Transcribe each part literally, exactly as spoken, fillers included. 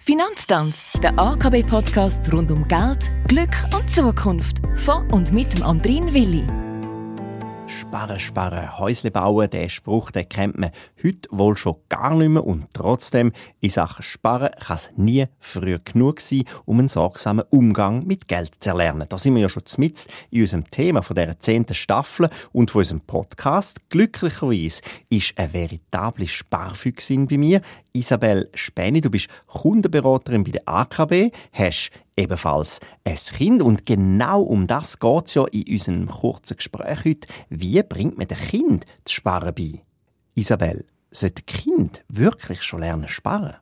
Finanztanz, der A K B-Podcast rund um Geld, Glück und Zukunft. Von und mit dem Andrin Willi. Sparen, sparen, Häusle bauen, den Spruch, den kennt man heute wohl schon gar nicht mehr. Und trotzdem, in Sachen Sparen kann es nie früh genug sein, um einen sorgsamen Umgang mit Geld zu erlernen. Da sind wir ja schon mitten in unserem Thema von dieser zehnten Staffel und von unserem Podcast. Glücklicherweise ist eine veritable Sparfüchsin bei mir. Isabel Späni, du bist Kundenberaterin bei der A K B, hast ebenfalls ein Kind und genau um das geht es ja in unserem kurzen Gespräch heute. Wie bringt man dem Kind das Sparen bei? Isabel, sollte ein Kind wirklich schon lernen sparen?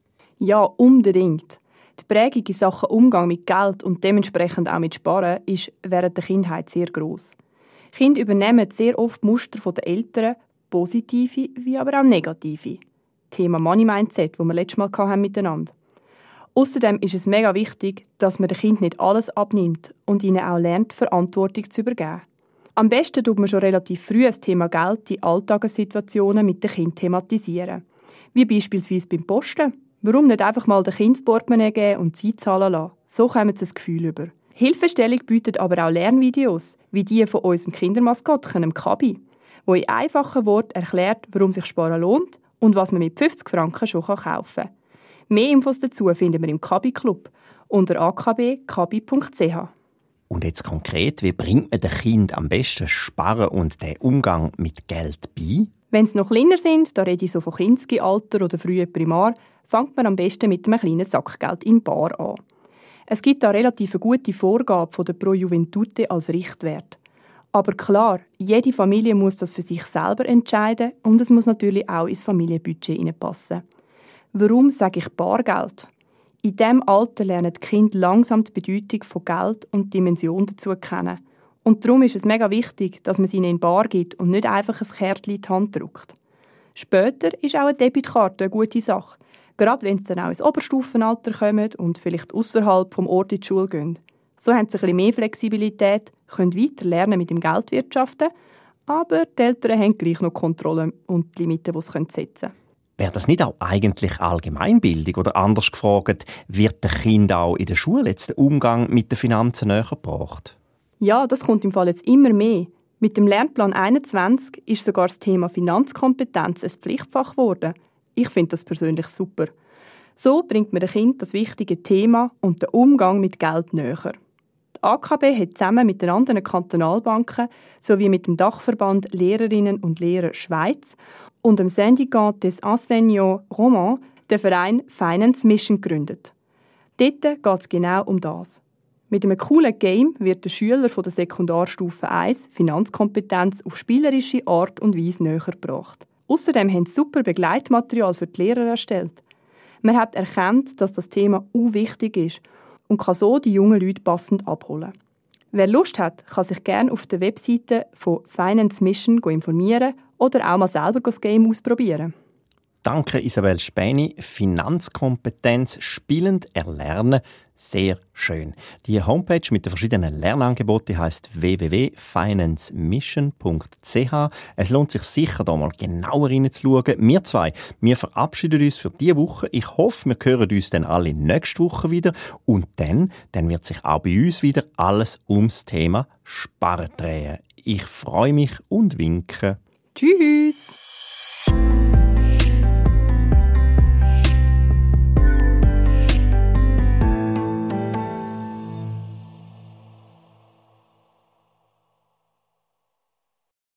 Ja, unbedingt. Die Prägung in Sachen Umgang mit Geld und dementsprechend auch mit Sparen ist während der Kindheit sehr gross. Kinder übernehmen sehr oft Muster der Eltern, positive wie aber auch negative. Thema Money Mindset, das wir letztes Mal hatten miteinander. Außerdem ist es mega wichtig, dass man dem Kind nicht alles abnimmt und ihnen auch lernt, Verantwortung zu übergeben. Am besten tut man schon relativ früh das Thema Geld in Alltagssituationen mit dem Kind thematisieren. Wie beispielsweise beim Posten. Warum nicht einfach mal dem Kind das Portemonnaie geben und Zeit zahlen lassen? So kommen sie ein Gefühl über. Hilfestellung bietet aber auch Lernvideos, wie die von unserem Kindermaskottchen, dem Kabi, wo in einfachen Worten erklärt, warum sich Sparen lohnt und was man mit fünfzig Franken schon kaufen kann. Mehr Infos dazu finden wir im Kabi-Club unter a k b kabi punkt c h. Und jetzt konkret, wie bringt man dem Kind am besten Sparen und den Umgang mit Geld bei? Wenn sie noch kleiner sind, da rede ich so von Kinski-Alter oder frühen Primar, fängt man am besten mit einem kleinen Sackgeld in Bar an. Es gibt da relativ eine gute Vorgabe von der Pro Juventute als Richtwert. Aber klar, jede Familie muss das für sich selber entscheiden und es muss natürlich auch ins Familienbudget hineinpassen. Warum sage ich Bargeld? In diesem Alter lernen die Kinder langsam die Bedeutung von Geld und die Dimension dazu kennen. Und darum ist es mega wichtig, dass man es ihnen in Bar gibt und nicht einfach ein Kärtchen in die Hand drückt. Später ist auch eine Debitkarte eine gute Sache, gerade wenn sie dann auch ins Oberstufenalter kommen und vielleicht außerhalb vom Ort in die Schule gehen. So haben sie ein bisschen mehr Flexibilität, können weiter lernen mit dem Geldwirtschaften, aber die Eltern haben gleich noch Kontrolle und die Limiten, die sie setzen können. Wäre das nicht auch eigentlich Allgemeinbildung? Oder anders gefragt, wird dem Kind auch in der Schule jetzt der Umgang mit den Finanzen näher gebracht? Ja, das kommt im Fall jetzt immer mehr. Mit dem Lernplan einundzwanzig ist sogar das Thema Finanzkompetenz ein Pflichtfach geworden. Ich finde das persönlich super. So bringt man dem Kind das wichtige Thema und den Umgang mit Geld näher. Die A K B hat zusammen mit den anderen Kantonalbanken sowie mit dem Dachverband Lehrerinnen und Lehrer Schweiz und dem Syndicat des Enseignants Romans den Verein Finance Mission gegründet. Dort geht es genau um das. Mit einem coolen Game wird der Schüler von der Sekundarstufe eins Finanzkompetenz auf spielerische Art und Weise näher gebracht. Außerdem haben sie super Begleitmaterial für die Lehrer erstellt. Man hat erkannt, dass das Thema u wichtig ist und kann so die jungen Leute passend abholen. Wer Lust hat, kann sich gerne auf der Webseite von Finance Mission informieren oder auch mal selber das Game ausprobieren. Danke Isabel Späni. Finanzkompetenz spielend erlernen. Sehr schön. Die Homepage mit den verschiedenen Lernangeboten heisst w w w punkt finance mission punkt c h. Es lohnt sich sicher, da mal genauer reinzuschauen. Wir zwei, wir verabschieden uns für diese Woche. Ich hoffe, wir hören uns dann alle nächste Woche wieder. Und dann, dann wird sich auch bei uns wieder alles ums Thema Sparen drehen. Ich freue mich und winke. Tschüss!